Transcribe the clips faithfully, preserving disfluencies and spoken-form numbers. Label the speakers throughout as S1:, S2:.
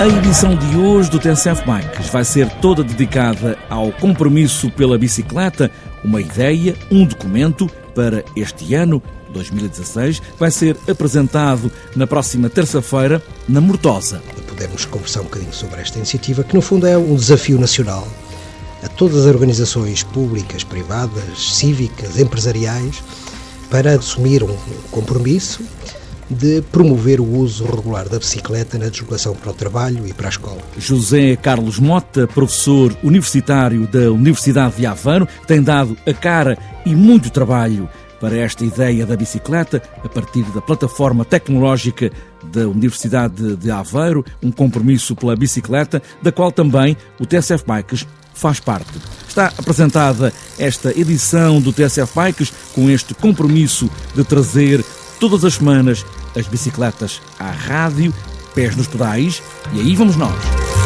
S1: A edição de hoje do T S F Bikes vai ser toda dedicada ao compromisso pela bicicleta, uma ideia, um documento para este ano, dois mil e dezasseis, vai ser apresentado na próxima terça-feira na Mortosa.
S2: Podemos conversar um bocadinho sobre esta iniciativa, que no fundo é um desafio nacional a todas as organizações públicas, privadas, cívicas, empresariais, para assumir um compromisso de promover o uso regular da bicicleta na deslocação para o trabalho e para a escola.
S1: José Carlos Mota, professor universitário da Universidade de Aveiro, tem dado a cara e muito trabalho para esta ideia da bicicleta, a partir da plataforma tecnológica da Universidade de Aveiro, um compromisso pela bicicleta, da qual também o T S F Bikes faz parte. Está apresentada esta edição do T S F Bikes com este compromisso de trazer todas as semanas as bicicletas à rádio, pés nos pedais, e aí vamos nós.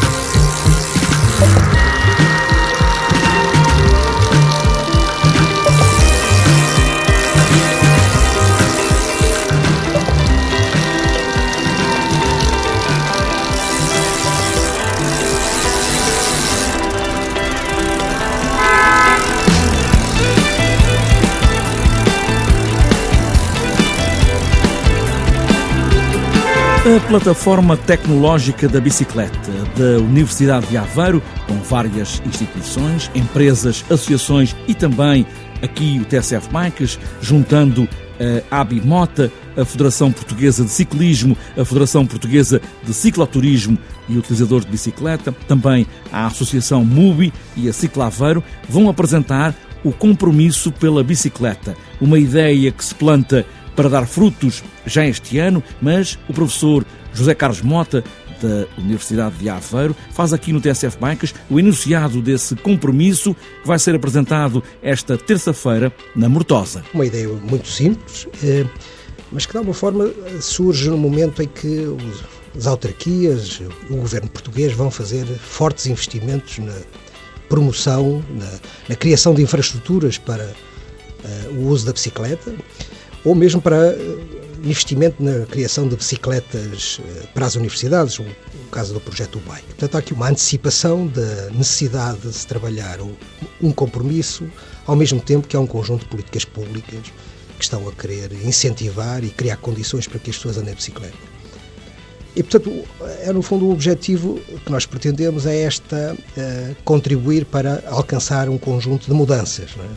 S1: A plataforma tecnológica da bicicleta da Universidade de Aveiro, com várias instituições, empresas, associações e também aqui o T S F Bikes, juntando a ABIMOTA, a Federação Portuguesa de Ciclismo, a Federação Portuguesa de Cicloturismo e Utilizadores de Bicicleta, também a Associação MUBI e a Ciclaveiro, vão apresentar o compromisso pela bicicleta, uma ideia que se planta para dar frutos já este ano, mas o professor José Carlos Mota, da Universidade de Aveiro, faz aqui no T S F Bikes o enunciado desse compromisso que vai ser apresentado esta terça-feira na Mortosa.
S2: Uma ideia muito simples, mas que de alguma forma surge no momento em que as autarquias, o governo português vão fazer fortes investimentos na promoção, na, na criação de infraestruturas para uh, o uso da bicicleta, ou mesmo para investimento na criação de bicicletas para as universidades, no caso do projeto Bike. Portanto, há aqui uma antecipação da necessidade de se trabalhar um compromisso, ao mesmo tempo que há um conjunto de políticas públicas que estão a querer incentivar e criar condições para que as pessoas andem de bicicleta. E, portanto, é no fundo o objetivo que nós pretendemos é esta, uh, contribuir para alcançar um conjunto de mudanças, não é?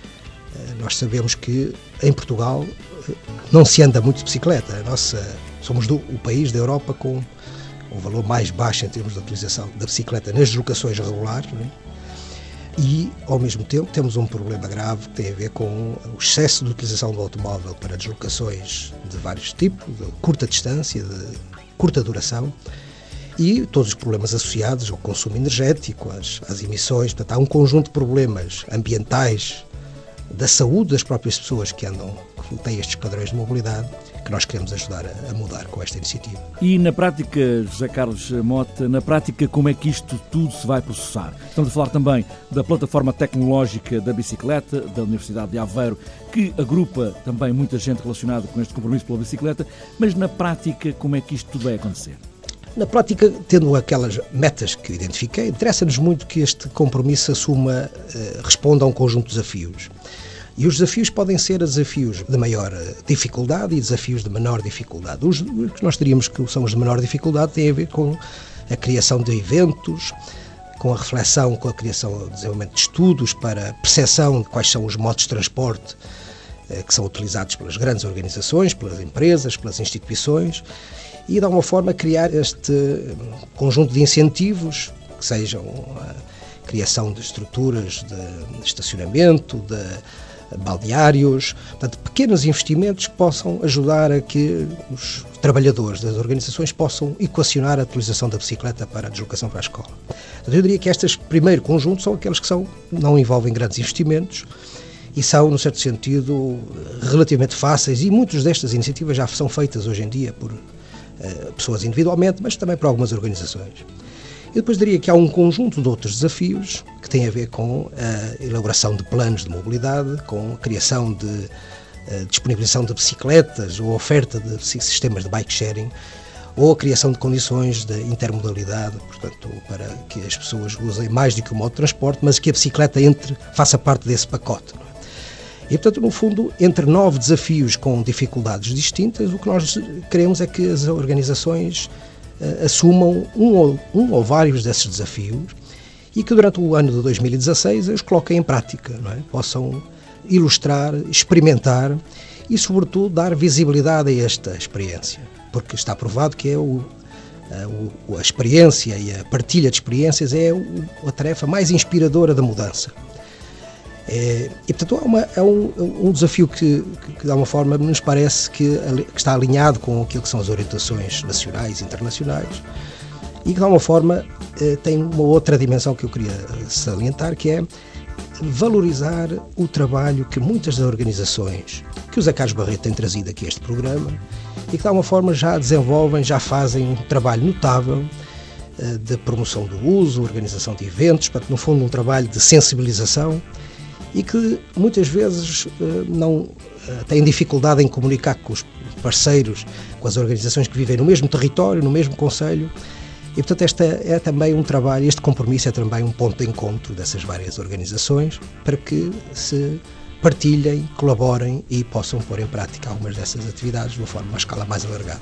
S2: Nós sabemos que em Portugal não se anda muito de bicicleta. A nossa, somos do, o país da Europa com o valor mais baixo em termos de utilização da bicicleta nas deslocações regulares, não é? E, ao mesmo tempo, temos um problema grave que tem a ver com o excesso de utilização do automóvel para deslocações de vários tipos, de curta distância, de curta duração, e todos os problemas associados ao consumo energético, às, às emissões. Portanto, há um conjunto de problemas ambientais, da saúde das próprias pessoas que andam, que têm estes padrões de mobilidade, que nós queremos ajudar a, a mudar com esta iniciativa.
S1: E na prática, José Carlos Mota, na prática como é que isto tudo se vai processar? Estamos a falar também da plataforma tecnológica da bicicleta da Universidade de Aveiro, que agrupa também muita gente relacionada com este compromisso pela bicicleta, mas na prática como é que isto tudo vai acontecer?
S2: Na prática, tendo aquelas metas que identifiquei, interessa-nos muito que este compromisso assuma, eh, responda a um conjunto de desafios. E os desafios podem ser desafios de maior dificuldade e desafios de menor dificuldade. Os que nós diríamos que são os de menor dificuldade têm a ver com a criação de eventos, com a reflexão, com a criação e desenvolvimento de estudos para a percepção de quais são os modos de transporte eh, que são utilizados pelas grandes organizações, pelas empresas, pelas instituições, e de alguma forma criar este conjunto de incentivos que sejam a criação de estruturas de estacionamento, de balneários, portanto, pequenos investimentos que possam ajudar a que os trabalhadores das organizações possam equacionar a utilização da bicicleta para a deslocação para a escola. Portanto, eu diria que estes primeiro conjunto são aqueles que são, não envolvem grandes investimentos e são, no certo sentido, relativamente fáceis, e muitas destas iniciativas já são feitas hoje em dia por uh, pessoas individualmente, mas também por algumas organizações. E depois diria que há um conjunto de outros desafios que têm a ver com a elaboração de planos de mobilidade, com a criação de uh, disponibilização de bicicletas ou oferta de sistemas de bike sharing, ou a criação de condições de intermodalidade, portanto, para que as pessoas usem mais do que o modo de transporte, mas que a bicicleta entre, faça parte desse pacote. Não é? E, portanto, no fundo, entre nove desafios com dificuldades distintas, o que nós queremos é que as organizações uh, assumam um ou, um ou vários desses desafios e que durante o ano de dois mil e dezasseis os coloquem em prática, não é? Possam ilustrar, experimentar e, sobretudo, dar visibilidade a esta experiência, porque está provado que é o, a, a experiência e a partilha de experiências é o, a tarefa mais inspiradora da mudança. É, e, portanto, é, uma, é um, um desafio que, que, que, de alguma forma, nos parece que, que está alinhado com aquilo que são as orientações nacionais e internacionais e que, de alguma forma, tem uma outra dimensão que eu queria salientar, que é valorizar o trabalho que muitas das organizações que o José Carlos Barreto tem trazido aqui a este programa e que de alguma forma já desenvolvem, já fazem um trabalho notável de promoção do uso, organização de eventos, portanto, no fundo um trabalho de sensibilização e que muitas vezes não têm dificuldade em comunicar com os parceiros, com as organizações que vivem no mesmo território, no mesmo concelho. E, portanto, este é também um trabalho, este compromisso é também um ponto de encontro dessas várias organizações para que se partilhem, colaborem e possam pôr em prática algumas dessas atividades de uma forma, uma escala mais alargada.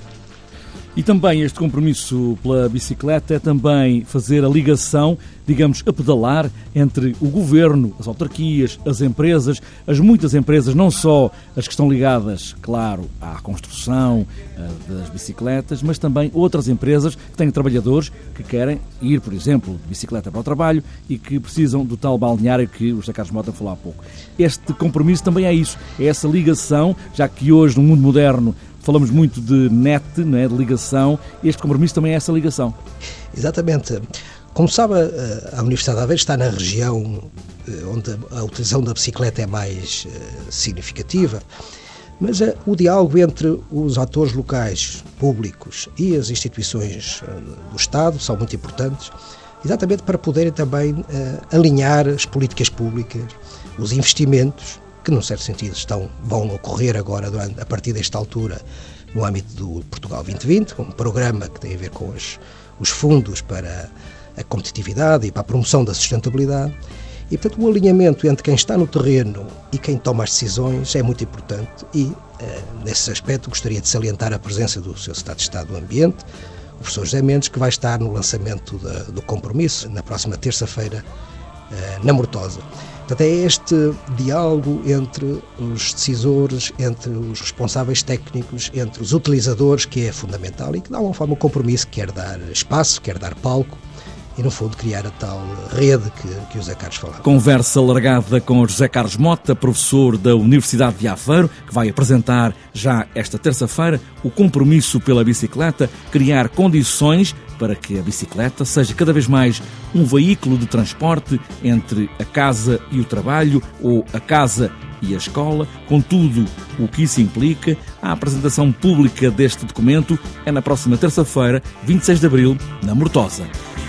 S1: E também este compromisso pela bicicleta é também fazer a ligação, digamos, a pedalar entre o governo, as autarquias, as empresas, as muitas empresas, não só as que estão ligadas, claro, à construção das bicicletas, mas também outras empresas que têm trabalhadores que querem ir, por exemplo, de bicicleta para o trabalho e que precisam do tal balneário que o José Carlos Mota falou há pouco. Este compromisso também é isso, é essa ligação, já que hoje, no mundo moderno, falamos muito de net, não é, de ligação, este compromisso também é essa ligação.
S2: Exatamente. Como sabe, a Universidade de Aveiro está na região onde a utilização da bicicleta é mais significativa, mas o diálogo entre os atores locais, públicos e as instituições do Estado são muito importantes, exatamente para poderem também alinhar as políticas públicas, os investimentos, que num certo sentido estão, vão ocorrer agora, durante, a partir desta altura, no âmbito do Portugal vinte vinte, um programa que tem a ver com os, os fundos para a competitividade e para a promoção da sustentabilidade. E, portanto, o alinhamento entre quem está no terreno e quem toma as decisões é muito importante e, eh, nesse aspecto, gostaria de salientar a presença do seu Secretário de Estado do Ambiente, o professor José Mendes, que vai estar no lançamento da, do compromisso, na próxima terça-feira, eh, na Mortosa. Portanto, é este diálogo entre os decisores, entre os responsáveis técnicos, entre os utilizadores que é fundamental e que, de alguma forma, o compromisso quer dar espaço, quer dar palco e, no fundo, criar a tal rede que, que o José Carlos falava.
S1: Conversa alargada com o José Carlos Mota, professor da Universidade de Aveiro, que vai apresentar já esta terça-feira o compromisso pela bicicleta, criar condições para que a bicicleta seja cada vez mais um veículo de transporte entre a casa e o trabalho ou a casa e a escola, com tudo o que isso implica. A apresentação pública deste documento é na próxima terça-feira, vinte e seis de abril, na Mortosa.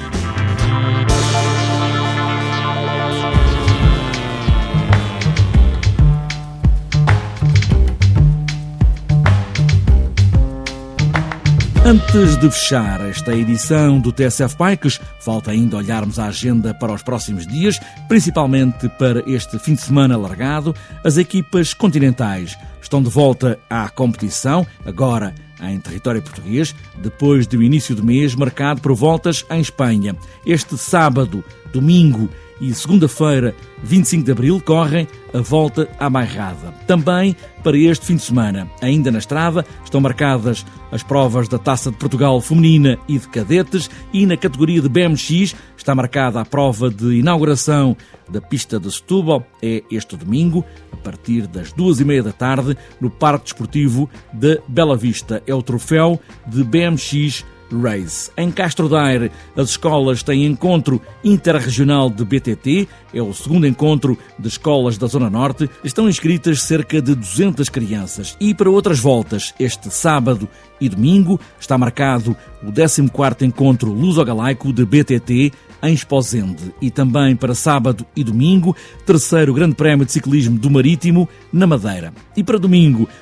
S1: Antes de fechar esta edição do T S F Bikes, falta ainda olharmos a agenda para os próximos dias, principalmente para este fim de semana alargado. As equipas continentais estão de volta à competição, agora em território português, depois do início do mês marcado por voltas em Espanha. Este sábado, domingo e segunda-feira, vinte e cinco de abril, correm a volta à Bairrada. Também para este fim de semana, ainda na estrada, estão marcadas as provas da Taça de Portugal feminina e de cadetes e na categoria de B M X está marcada a prova de inauguração da pista de Setúbal. É este domingo, a partir das duas e meia da tarde, no Parque Desportivo de Bela Vista. É o troféu de B M X Race. Em Castro Daire, as escolas têm encontro interregional de B T T, é o segundo encontro de escolas da Zona Norte. Estão inscritas cerca de duzentas crianças. E para outras voltas, este sábado e domingo, está marcado o décimo quarto encontro luso-galaico de B T T em Esposende. E também para sábado e domingo, terceiro Grande Prémio de Ciclismo do Marítimo na Madeira. E para domingo,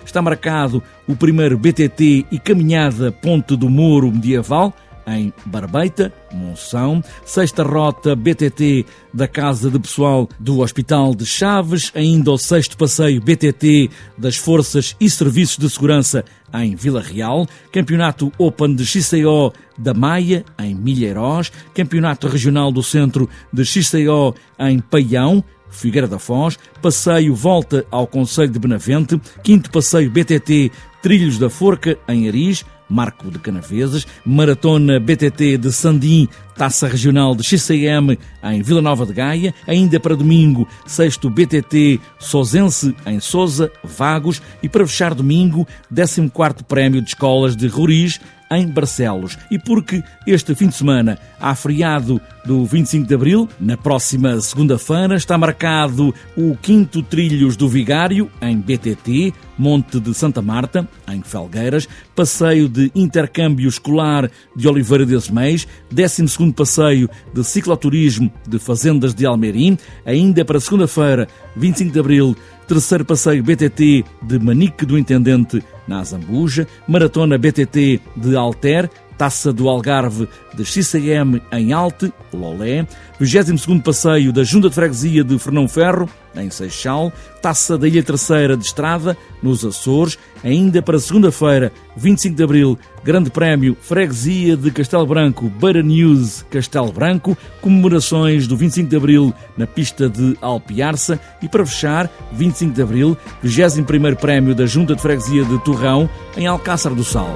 S1: está marcado o primeiro B T T e caminhada Ponte do Moro Medieval, em Barbeita, Monção. Sexta rota B T T da Casa de Pessoal do Hospital de Chaves. Ainda o sexto passeio B T T das Forças e Serviços de Segurança em Vila Real. Campeonato Open de X C O da Maia, em Milheiros. Campeonato Regional do Centro de X C O em Paião, Figueira da Foz. Passeio volta ao Concelho de Benavente. Quinto passeio B T T Trilhos da Forca, em Ariz, Marco de Canaveses. Maratona B T T de Sandim, Taça Regional de X C M em Vila Nova de Gaia. Ainda para domingo, sexto B T T Sozense em Sousa, Vagos. E para fechar domingo, décimo quarto Prémio de Escolas de Roriz, em Barcelos. E porque este fim de semana há feriado do vinte e cinco de Abril, na próxima segunda-feira está marcado o quinto Trilhos do Vigário, em B T T, Monte de Santa Marta, em Felgueiras. Passeio de intercâmbio escolar de Oliveira de Azeméis. décimo segundo passeio de cicloturismo de Fazendas de Almeirim. Ainda para segunda-feira, vinte e cinco de Abril, terceiro passeio B T T de Manique do Intendente, na Azambuja. Maratona B T T de Alter, Taça do Algarve de X C M em Alte, Lolé. vigésimo segundo passeio da Junta de Freguesia de Fernão Ferro, em Seixal. Taça da Ilha Terceira de Estrada, nos Açores. Ainda para segunda-feira, vinte e cinco de Abril, Grande Prémio Freguesia de Castelo Branco, Beira News, Castelo Branco. Comemorações do vinte e cinco de Abril na pista de Alpiarça. E para fechar, vinte e cinco de Abril, vigésimo primeiro Prémio da Junta de Freguesia de Torrão, em Alcácer do Sal.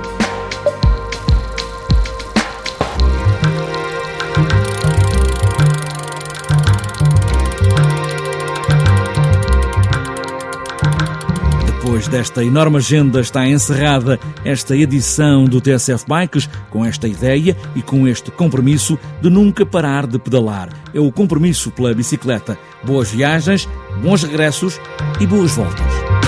S1: Depois desta enorme agenda está encerrada esta edição do T S F Bikes, com esta ideia e com este compromisso de nunca parar de pedalar. É o compromisso pela bicicleta. Boas viagens, bons regressos e boas voltas.